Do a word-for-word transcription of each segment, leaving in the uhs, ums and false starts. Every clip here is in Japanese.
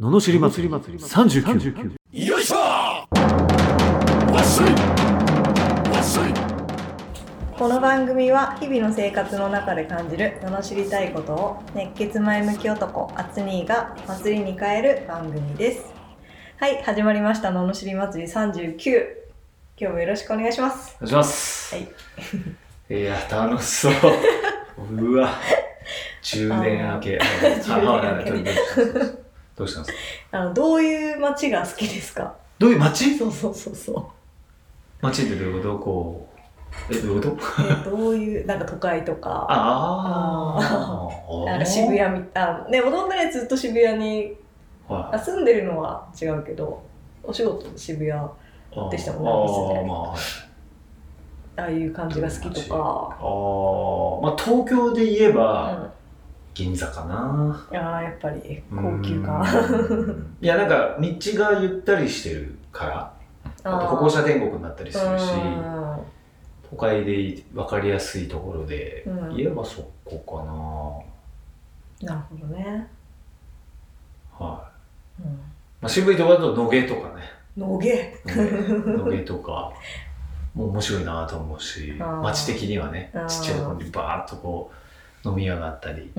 ののしり祭りさんじゅうきゅう。 よいしょわっしょいわっしょい。 この番組は日々の生活の中で感じる罵りたいことを熱血前向き男アツニーが祭りに変える番組です。はい、始まりました罵り祭りさんじゅうきゅう。今日もよろしくお願いします。 お願いします。 はい。 いや楽しそう。うわ。じゅうねん明け。 じゅうねん明け。 どうしたんですか？ あのどういう街が好きですか？ どういう街？ そうそうそうそう。 街ってどういうこと？こうえどういうこと？ えどういうなんか都会とか。 ああ。なんか渋谷みたいね、もともとねずっと渋谷に、はい、住んでるのは違うけど、お仕事渋谷でしたもんね。ああ、まあ、はい、ああいう感じが好きとか。 ああ、まあ東京で言えば。うん、銀座かな。 いやーやっぱり高級か。 いやなんか道がゆったりしてるから、あと歩行者天国になったりするし、都会で分かりやすいところで言えばそこかな。なるほどね。 はい。うん、まあ、渋いところだと野毛とかね。 野毛。 野毛とかも面白いなと思うし、街的にはね、ちっちゃいところにバーッとこう。飲み屋があったり、うん、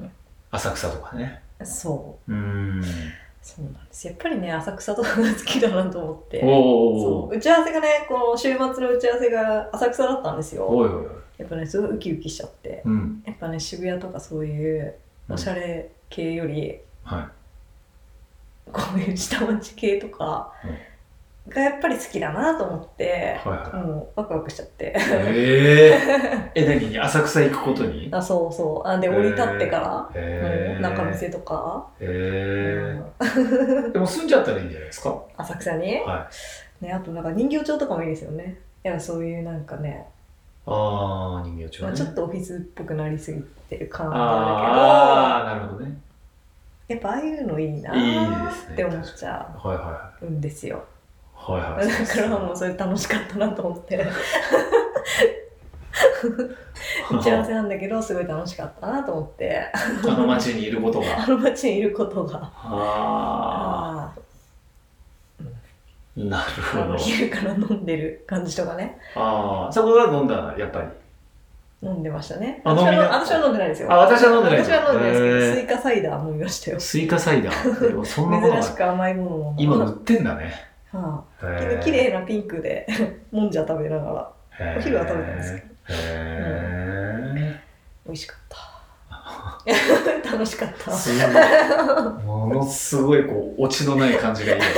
浅草とかね。 そう。 うん。 そうなんです。やっぱりね、浅草とかが好きだなと思って。おそう打ち合わせがね、この週末の打ち合わせが浅草だったんですよ。おいおいおいやっぱね、すごいウキウキしちゃって。うん、やっぱね、渋谷とかそういうおしゃれ系より、うん、はい、こういう下町系とか、うんがやっぱり好きだなと思って、はいはい、もうワクワクしちゃって。 えー、え、何に浅草行くことに？ あ、そうそう。あで、降り立ってから、えー、中見せとか。 へえー。うん、でも住んじゃったらいいんじゃないですか？ 浅草に？はい。ね、あとなんか人形町とかもいいですよね。いや、そういうなんかね。 ああ、人形町ね。 まあ、ちょっとオフィスっぽくなりすぎてる感があるけど。 ああ、なるほどね。 やっぱああいうのいいなって思っちゃうんですよ。はいはい、だからもうそれ楽しかったなと思って打ち合わせなんだけどすごい楽しかったなと思ってあの街にいることがあの街にいることがああ、うん、なるほど。 昼から飲んでる感じとかね。 ああ、そこは飲んだな、やっぱり飲んでましたね。 あ私は、私は飲んでないですよ。 あ、私は飲んでない。 私は飲んでないですけど、スイカサイダー飲みましたよ。 スイカサイダーそんなものが珍しく甘いものも今売ってんだね。 はあ、綺麗なピンクでもんじゃ食べながらお昼は食べたんですけど、へー、うん、美味しかった楽しかったものすごいこうオチのない感じがいいよね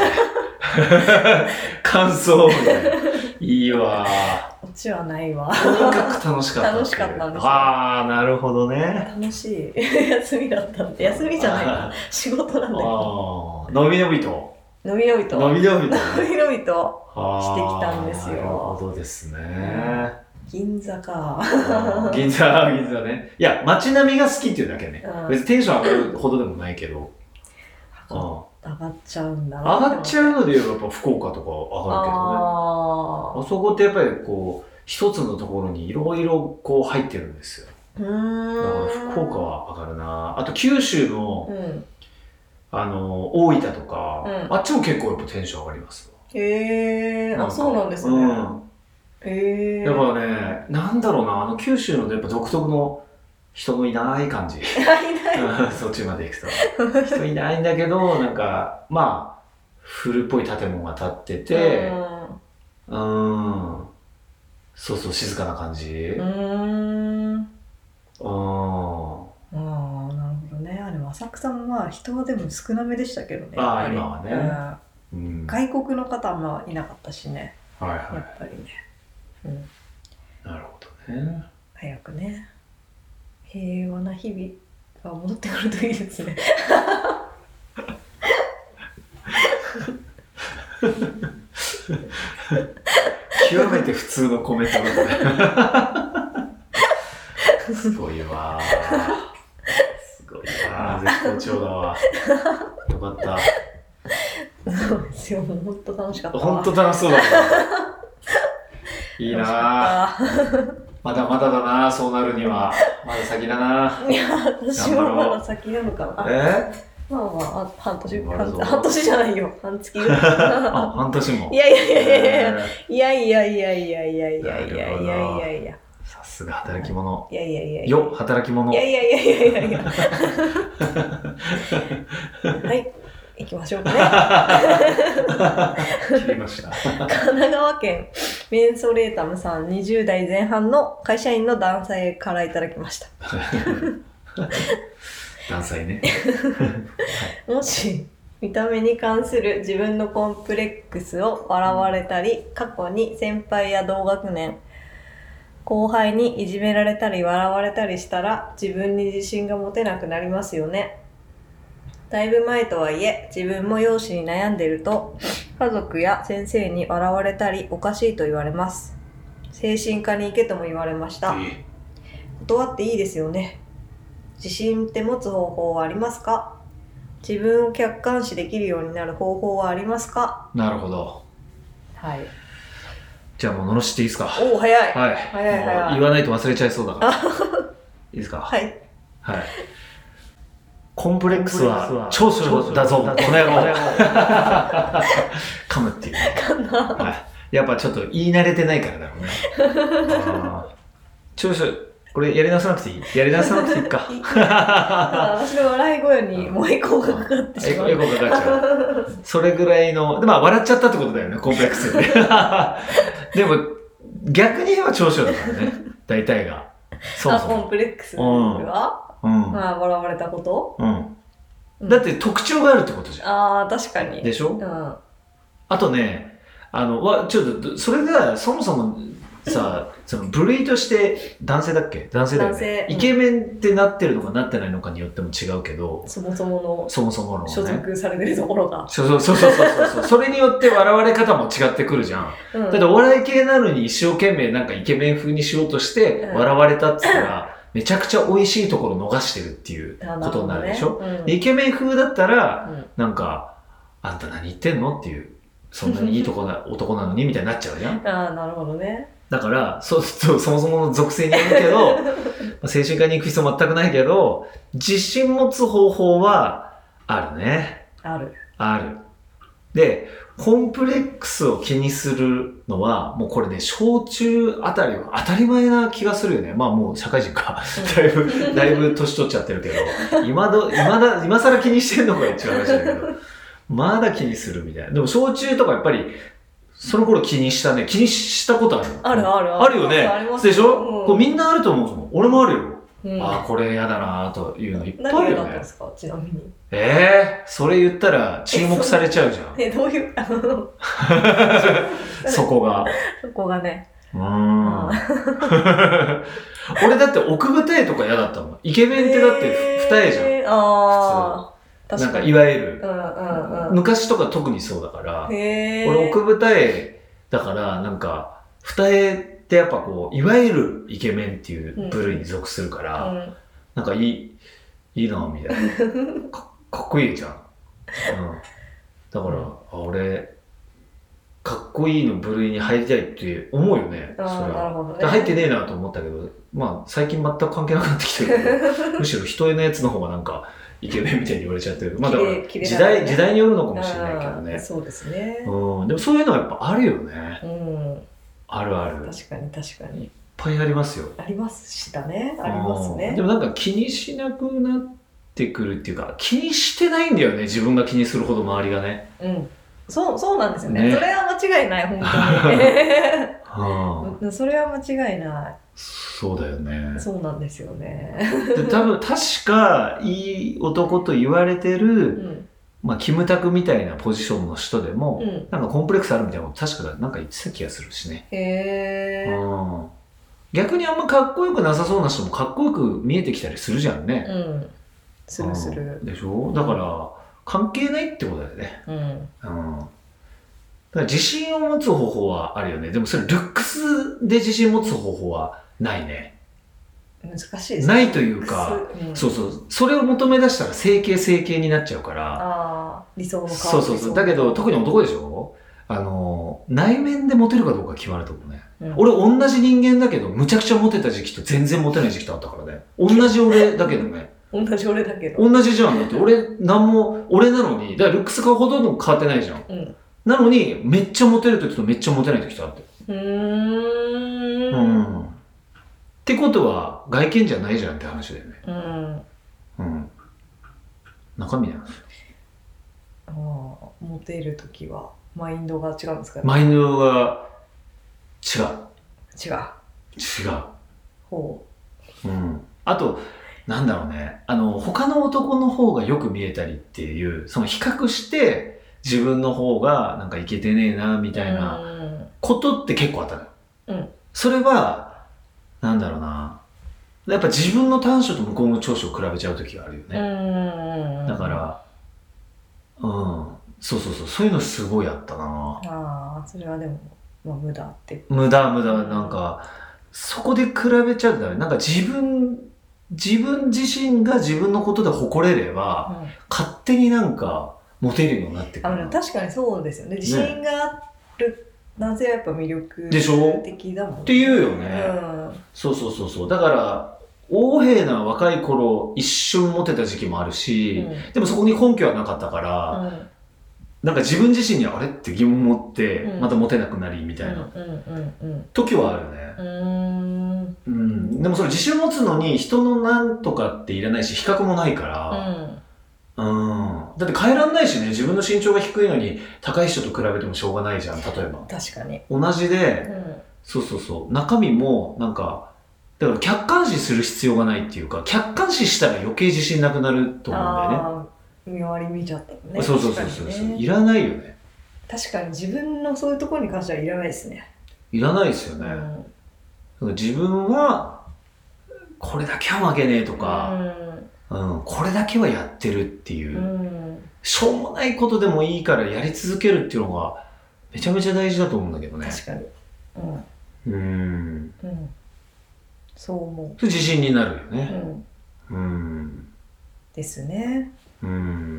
感想みたいないいわ。 オチはないわ。 とにかく楽しかった楽しかったんですよ。 ああ、なるほどね。 楽しい休みだったんで。休みじゃないな仕事なんだけど。 のびのびとのびのびとのびのびとのびのびとしてきたんですよ。 なるほどですね。 銀座か。 銀座、銀座ね。いや、街並みが好きっていうだけね。別にテンション上がるほどでもないけど。 上がっちゃうんだな。 上がっちゃうので言えばやっぱ福岡とか上がるけどね。あ, あそこってやっぱりこう、一つのところにいろいろこう入ってるんですよ。うーん。だから福岡は上がるな。あと九州の、うんあの大分とか、うん、あっちも結構やっぱテンション上がりますわ。 へえー、あ、そうなんですね。うん、 へえー。やっぱね、なんだろうな、あの九州のやっぱ独特の人のいない感じ。いないそっちまで行くと。人いないんだけど、なんか、まあ、古っぽい建物が建ってて、うん、うんそうそう、静かな感じ。うーん。 うん浅草もまあ人はでも少なめでしたけどね。 ああ、今はね、 うん。外国の方はまあいなかったしね。はいはい。やっぱりね。 うん。なるほどね。 早くね。平和な日々が戻ってくるといいですね。 極めて普通のコメントだね。すごいわ。ああ、絶好調だわ。よかった。 そうですよ、もう本当楽しかったわ。 本当楽しそうだね。いいなぁ。まだまだだなぁ、そうなるには。まだ先だなぁ。 いや、私もまだ先なのかな。 えまあまあ、半年、半, 半年じゃないよ。半月ぐらい。 あ、半年も。 いやいやいやいやいやいやいやいやいやいやいやいやいやいやいやいや。 さすが働き者。 いやいやいやよ、働き者。 いやいやいやいやいやいや。はい、行きましょうかね。切りました。 神奈川県メンソレータムさんにじゅう代前半の会社員の男性からいただきました。 男性ね。 もし見た目に関する自分のコンプレックスを笑われたり、過去に先輩や同学年、後輩にいじめられたり笑われたりしたら自分に自信が持てなくなりますよね。だいぶ前とはいえ自分も容姿に悩んでいると家族や先生に笑われたりおかしいと言われます。精神科に行けとも言われました。断っていいですよね。自信って持つ方法はありますか？自分を客観視できるようになる方法はありますか？ なるほど。 はい。 じゃあもう罵っていいですか？ おお、早い。 はい。 早い早い。 言わないと忘れちゃいそうだから。いいですか？ はい。 はい。コンプレックスは長所だぞ、この野郎。噛むっていう、ね。 噛んだ。 はい。やっぱちょっと言い慣れてないからだろうね。長所、これやり直さなくていい？やり直さなくていいか。 私の笑い声にもうエコーがかかってしまう。 エコーかかっちゃう。それぐらいの、でまあ笑っちゃったってことだよね、コンプレックスで。でも逆に言えば長所だからね、大体が。 そうそう。あ、コンプレックスは？うん。まあ笑われたこと？うん。 だって特徴があるってことじゃん。 ああ、確かに。 でしょ？うん。あとね、あの、わ、ちょっと、それがそもそもさ、その部類として男性だっけ？男性だよね。イケメンってなってるのかなってないのかによっても違うけど、 そもそもの、 そもそもの、ね、 所属されてるところが。 そうそうそうそうそうそう。それによって笑われ方も違ってくるじゃん。うん、だってお笑い系なのに一生懸命なんかイケメン風にしようとして笑われたって言ったら、うんめちゃくちゃ美味しいところ逃してるっていうことになるでしょ、ねうん、イケメン風だったら、うん、なんか、あんた何言ってんのっていう、そんなにいいとこな男なのにみたいになっちゃうじゃん。 ああ、なるほどね。 だから、そうするとそもそもの属性によるけど、精神科に行く必要全くないけど、自信持つ方法はあるね。 ある。ある。で、コンプレックスを気にするのは、もうこれね、小中あたりは当たり前な気がするよね。まあもう社会人か。だいぶ、だいぶ年取っちゃってるけど、今ど、今だ、今更気にしてるのが一番話だけど、まだ気にするみたいな。でも小中とかやっぱり、その頃気にしたね。気にしたことあるあるあるあるよね。でしょ、うん、こうみんなあると思うもん。俺もあるよ。 うん、 ああ、これ嫌だなというのいっぱいあるよね。 何がだったんですか、ちなみに。 ええー、それ言ったら注目されちゃうじゃん。 え、どういう、あの、 そこが。 そこがね。 うーん。俺だって奥二重とか嫌だったもん。イケメンってだって二重じゃん。えー、ああ。確かに。なんかいわゆる、うんうんうん。昔とか特にそうだから。へー。俺奥二重だから、なんか、二重、でやっぱこういわゆるイケメンっていう部類に属するから、うん、なんかいいいいなみたいな か, かっこいいじゃん、うん、だから、うん、あ俺かっこいいの部類に入りたいって思うよね。 あそれはなるほど、ね、 入ってねえなと思ったけど、まあ最近全く関係なくなってきてるけどむしろ人へのやつの方がなんかイケメンみたいに言われちゃってる。まあだから時代、ね、時代によるのかもしれないけどね。 そうですね、 うん、でもそういうのはやっぱあるよね、 うんあるある。 確かに確かに。 いっぱいありますよ。 ありますしたね。ありますね。 でもなんか気にしなくなってくるっていうか、気にしてないんだよね。自分が気にするほど周りがね。 うん。そう、そうなんですよね。ねそれは間違いない、本当に。はあ、それは間違いない。 そうだよね。 そうなんですよね。 で多分確かいい男と言われてる、うんまあ、キムタクみたいなポジションの人でも、うん、なんかコンプレックスあるみたいなこと確かなんか言ってた気がするしね。 へー。 うん。逆にあんまかっこよくなさそうな人もかっこよく見えてきたりするじゃんね。 うん。するする。 でしょ？だから関係ないってことだよね。うん。うん。だから自信を持つ方法はあるよね。でもそれルックスで自信持つ方法はないね。 難しいですね。 ないというか、うん、そうそう。それを求め出したら整形整形になっちゃうから。 ああ、理想の顔。 そうそうそう。だけど特に男でしょ？あの、内面でモテるかどうか決まると思うね。うん、俺同じ人間だけど、むちゃくちゃモテた時期と全然モテない時期とあったからね。同じ俺だけどね。 同じ俺だけど。 同じじゃん。だって俺、なんも、俺なのに、だからルックスがほとんど変わってないじゃん。 うん。 なのに、めっちゃモテる時とめっちゃモテない時とあって。 うーん。 うん。ってことは、外見じゃないじゃんって話だよね。 うん。 うん。中身なんですよ。 ああ、モテる時は、マインドが違うんですか？ マインドが違う。 違う。 違う。 ほう。うん。あと、なんだろうね。あの、他の男の方がよく見えたりっていう、その比較して、自分の方がなんかいけてねえな、みたいなことって結構あったのよ。 うん。それは、なんだろうな。やっぱ自分の短所と向こうの長所を比べちゃう時があるよね。 うん。 だから、うん。そうそうそう。そういうのすごいあったな。 ああ、それはでも、まあ、無駄って。 無駄、無駄。なんか、そこで比べちゃうとダメ。なんか自分、自分自身が自分のことで誇れれば、うん、勝手になんかモテるようになってくる。 あ、確かにそうですよね。自信がある男性はやっぱ魅力的だもんね。 っていうよね、うん。そうそうそうそう。だから、横柄な若い頃一瞬モテた時期もあるし、うん、でもそこに根拠はなかったから、うん、なんか自分自身にあれって疑問持って、またモテなくなりみたいな時はあるね。うんうん、でもそれ自信持つのに人のなんとかっていらないし比較もないから、うんうん、だって変えらんないしね。自分の身長が低いのに高い人と比べてもしょうがないじゃん。例えば確かに同じで、うん、そうそうそう、中身もなんかだから客観視する必要がないっていうか、客観視したら余計自信なくなると思うんだよね。ああ、見回り見ちゃったのね。 そうそうそうそうそう、ね、いらないよね。 確かに自分のそういうところに関してはいらないですね。 いらないですよね、うん、自分はこれだけは負けねえとか、うんうん、これだけはやってるっていう、うん、しょうもないことでもいいからやり続けるっていうのがめちゃめちゃ大事だと思うんだけどね。 確かに。 うん。うん。 うん、そう思う。自信になるよね。 うん。うん、ですね。 うん。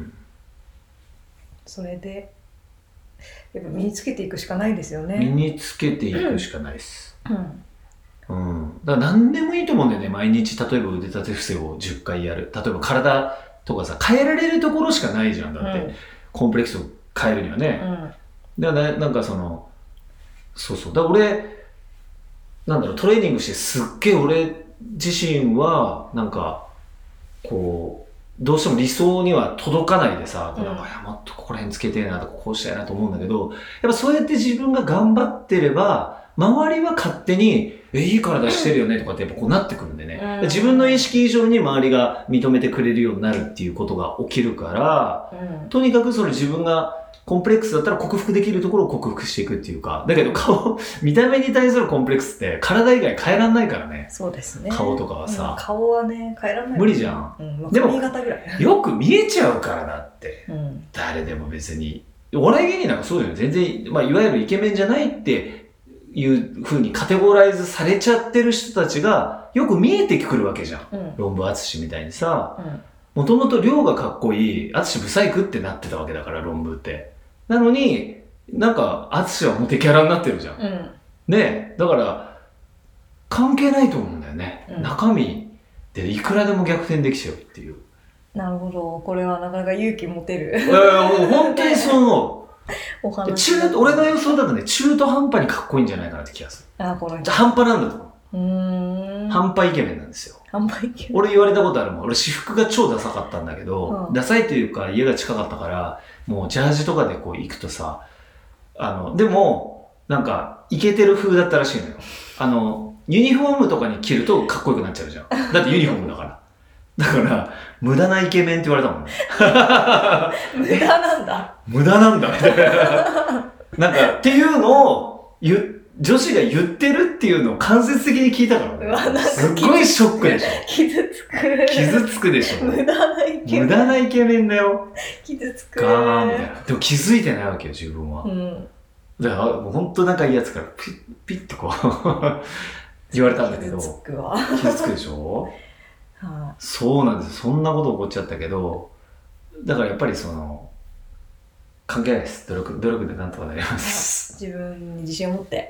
それでやっぱ身につけていくしかないですよね。 身につけていくしかないです。うん。うん。だから何でもいいと思うんだよね。毎日例えば腕立て伏せをじゅっかいやる。例えば体とかさ、変えられるところしかないじゃん。だって、うん、コンプレックスを変えるにはね。うん、だからなんかその、そうそう。だから俺、なんだろう、トレーニングしてすっげえ俺自身は、なんか、こう、どうしても理想には届かないでさ、うん、なんかもっとここら辺つけてえなとかこうしたいなと思うんだけど、やっぱそうやって自分が頑張ってれば、周りは勝手に、え、いい体してるよねとかってやっぱこうなってくるんでね。うん、自分の意識以上に周りが認めてくれるようになるっていうことが起きるから、うん、とにかくそれ自分がコンプレックスだったら克服できるところを克服していくっていうか、だけど顔、見た目に対するコンプレックスって体以外変えらんないからね。 そうですね。 顔とかはさ。 うん、顔はね、変えらんない、ね。 無理じゃん。 うん、でも、髪型ぐらい。 よく見えちゃうからだって。うん、誰でも別に。お笑い芸人なんかそうだよね。全然、まあ、いわゆるイケメンじゃないっていう風にカテゴライズされちゃってる人たちがよく見えてくるわけじゃん。うん、論文淳みたいにさ。もともと量がかっこいい、淳ブサイクってなってたわけだから、論文って。なのに、なんか、淳はモテキャラになってるじゃん。うん、ねえ、だから、関係ないと思うんだよね。うん、中身でいくらでも逆転できちゃうっていう。 なるほど。これはなかなか勇気持てる。 いやいや、もう本当にそう思う。お話中俺の予想だとね、中途半端にかっこいいんじゃないかなって気がする。 あ、この人。 半端なんだと思う。 うーん。 半端イケメンなんですよ。 半端イケメン。 俺言われたことあるもん。俺私服が超ダサかったんだけど、うん、ダサいというか家が近かったから、もうジャージとかでこう行くとさ、あの、でも、なんか、イケてる風だったらしいのよ。あの、ユニフォームとかに着るとかっこよくなっちゃうじゃん。だってユニフォームだから。だから、無駄なイケメンって言われたもんね。 無駄なんだ。 無駄なんだ、みたいな。なんか、っていうのを言、女子が言ってるっていうのを間接的に聞いたからね。 うわ、なんかすっごいショックでしょ。 傷つく。 傷つくでしょ。 無駄なイケメン。 無駄なイケメンだよ。 傷つく。 ガーンみたいな。でも気づいてないわけよ、自分は。うん。だから、もうほんと仲いいやつからピッ、ピッとこう、言われたんだけど。 傷つくわ。 傷つくでしょはあ、そうなんです。そんなこと起こっちゃったけど、だからやっぱりその、関係ないです。努力、努力でなんとかなります。 自分に自信を持って。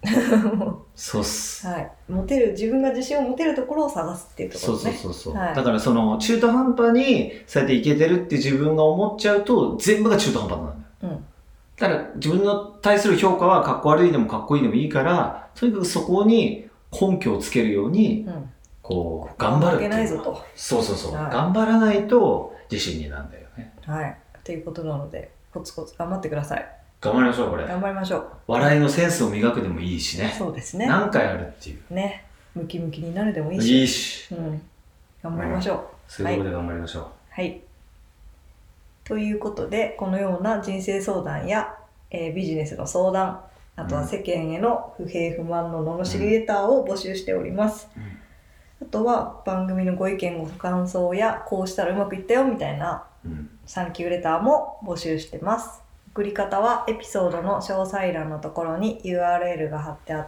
そうっす。 はい。持てる、自分が自信を持てるところを探すっていうところですね。 そうそうそうそう、はい。だからその中途半端にそうやっていけてるって自分が思っちゃうと全部が中途半端なんだよ。うん。だから自分の対する評価はかっこ悪いでもかっこいいでもいいから、とにかくそこに根拠をつけるように、うん、こう頑張るっていう。負けないぞと。そうそうそう、はい。頑張らないと自信になるんだよね。 はい。ということなので、コツコツ頑張ってください。 頑張りましょう、これ。 頑張りましょう。 笑いのセンスを磨くでもいいしね。 そうですね。 何回あるっていう。 ね。ムキムキになるでもいいし。 いいし。 うん。頑張りましょう。うん、 そういうところで頑張りましょう。 はい。はい。ということで、このような人生相談や、えー、ビジネスの相談、あとは世間への不平不満の罵りレターを募集しております。うんうん、あとは番組のご意見ご感想や、こうしたらうまくいったよみたいな、うん、サンキューレターも募集してます。送り方はエピソードの詳細欄のところに ユーアールエル が貼ってあって、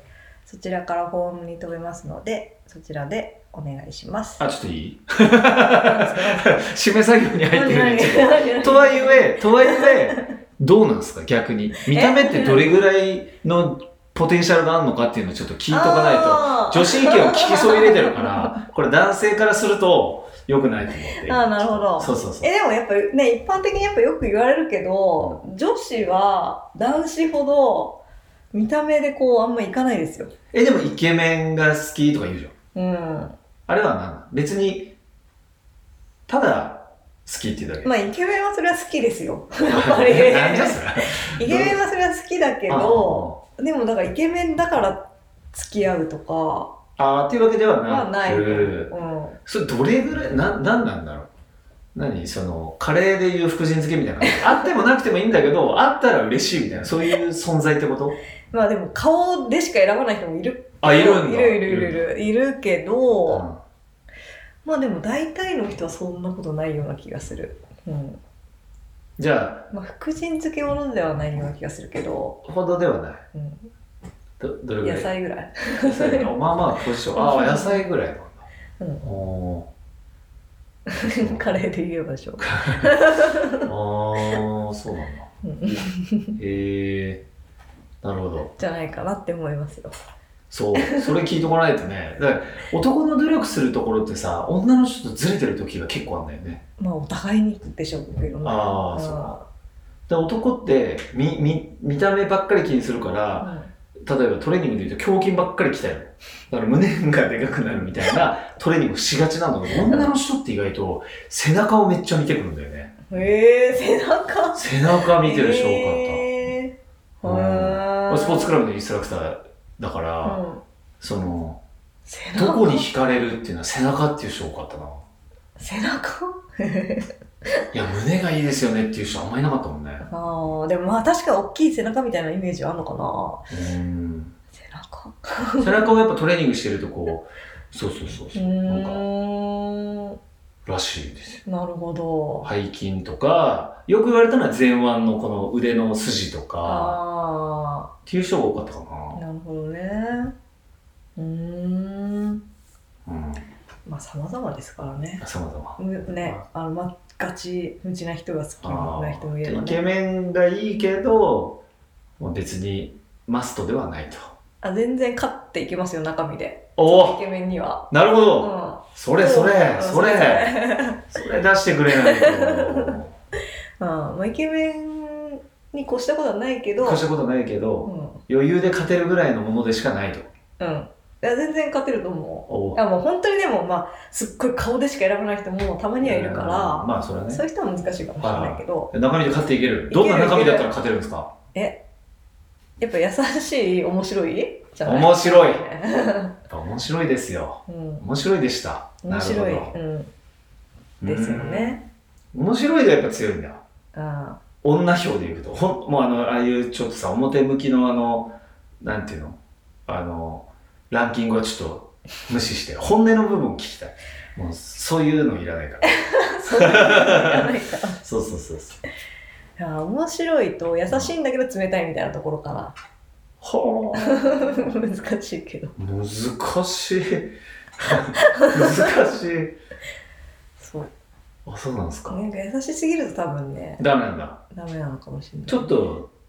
そちらからフォームに飛べますので、そちらでお願いします。 あ、ちょっといい締め作業に入ってるんですけど。とはいえ、とはいえ、どうなんですか逆に。見た目ってどれぐらいのポテンシャルがあるのかっていうのをちょっと聞いとかないと、女子意見を聞きそびれてるから、これ男性からすると、良くないと思って。 ああ、なるほど。 そうそうそう。 え、でもやっぱりね、一般的にやっぱよく言われるけど、うん、女子は男子ほど見た目でこうあんまいかないですよ。 え、でもイケメンが好きとか言うじゃん。 うん。 あれは何？別に、ただ好きっていうだけ。 まあイケメンはそれは好きですよ。 なんじゃそれ。イケメンはそれは好きだけど、でもだからイケメンだから付き合うとか、 あーっていうわけではなく、 まあ、ない。うん。それどれぐらい、な、なんなんだろう。何その、カレーでいう福神漬けみたいな。あってもなくてもいいんだけど、あったら嬉しいみたいな、そういう存在ってこと？ まあでも顔でしか選ばない人もいる。 あ、いるんだ。 いるいるいるいる。いるけど、うん、まあでも大体の人はそんなことないような気がする。うん。 じゃあ。 まあ福神漬けほどではないような気がするけど。 ほどではない。 うん。 ど, どれぐらい？ 野菜ぐらい。 野菜まあまあポジション。ああ、野菜ぐらいなんだ。 うん。おカレーで言えばしょうか。ああ、そうなんだ。へえー、なるほど。 じゃないかなって思いますよ。 そう、それ聞いとかないとね。だから男の努力するところってさ、女の人とずれてる時が結構あるんだよね。 まあお互いにでしょうけどね。 ああ、そうか。で男って見見見た目ばっかり気にするから。うん、例えばトレーニングで言うと胸筋ばっかり鍛える。だから胸がでかくなるみたいなトレーニングしがちなんだけど、女の人って意外と背中をめっちゃ見てくるんだよね。 へえー、背中背中見てる人多かった。へー、うん、スポーツクラブのインストラクターだから、うん、その、どこに惹かれるっていうのは背中っていう人多かったな。 背中いや、胸がいいですよねっていう人あんまりいなかったもんね。 ああ、でもまあ確かに大きい背中みたいなイメージはあるのかな。うん。背中背中をやっぱトレーニングしてるとこう、そうそうそうそう。なんからしいですよ。なるほど。 背筋とか、よく言われたのは前腕のこの腕の筋とか、あっていう人が多かったかな。なるほどね。うーん。うん。まあ様々ですからね。 様々。 ね、あの、ま、ガチムチな人が好きな人もいればね。 イケメンがいいけど、もう別にマストではないと。 あ、全然勝っていけますよ、中身で。 おイケメンには。 なるほど。うん、それそれ、それ、それ出してくれないと。 うん、まあイケメンに越したことはないけど。 越したことはないけど、うん、余裕で勝てるぐらいのものでしかないと。 うん。いや全然勝てると思う。いやもう本当にでもまあすっごい顔でしか選ばない人もたまにはいるから、 まあそれはね、 そういう人は難しいかもしれないけど、 中身で勝っていける。どんな中身だったら勝てるんですか？ え、やっぱ優しい面白いじゃない？ 面白い。面白いですよ。うん、面白いでした。 面白い。うん。ですよね。 面白いがやっぱ強いんだよ。ああ。女票でいくと、ほんもうあのああいうちょっとさ表向きのあのなんていうのあの。ランキングはちょっと無視して本音の部分を聞きたい。もうそういうのいらないから。 そういうのいらないから。 そうそうそうそう。 いや面白いと優しいんだけど冷たいみたいなところかな。 はあ。難しいけど。 難しい。難しい。 そう。 あ、そうなんですか。 なんか優しすぎると多分ね。 ダメなんだ。 ダメなのかもしれない。 ちょっと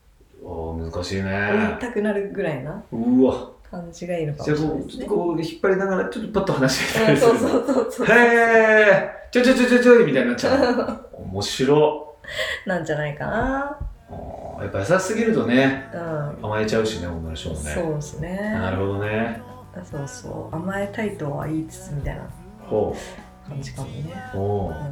おー難しいね。 追いたくなるぐらいなうわ感じがいいのかもしれないですね。 じゃあこう、こう引っ張りながらちょっとパッと話してみたりする。 そうそうそうそう。 へーちょちょちょちょちょみたいになっちゃう。面白なんじゃないかな。 やっぱ優しすぎるとね、 うん、 甘えちゃうしね、女の人もね。 そうですね。 なるほどね。 そうそう、甘えたいとは言いつつみたいな感じかもね。 おお、うん、うん、 なる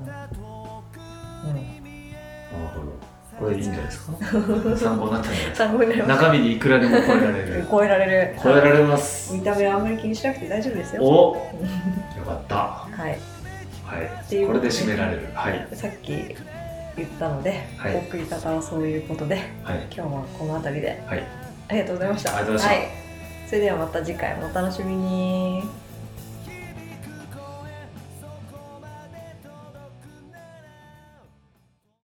ほど。これいいんじゃないですか。参考になったんじゃないですか。 参考になります。 中身にいくらでも超えられる。 超えられる。 超えられます。 見た目はあんまり気にしなくて大丈夫ですよ。 お、よかった。はい。はい。これで締められる。はい。 さっき言ったので、はい、送り方はそういうことで、はい、今日はこの辺りで、はい、ありがとうございました。 ありがとうございました。 はい。それではまた次回もお楽しみに。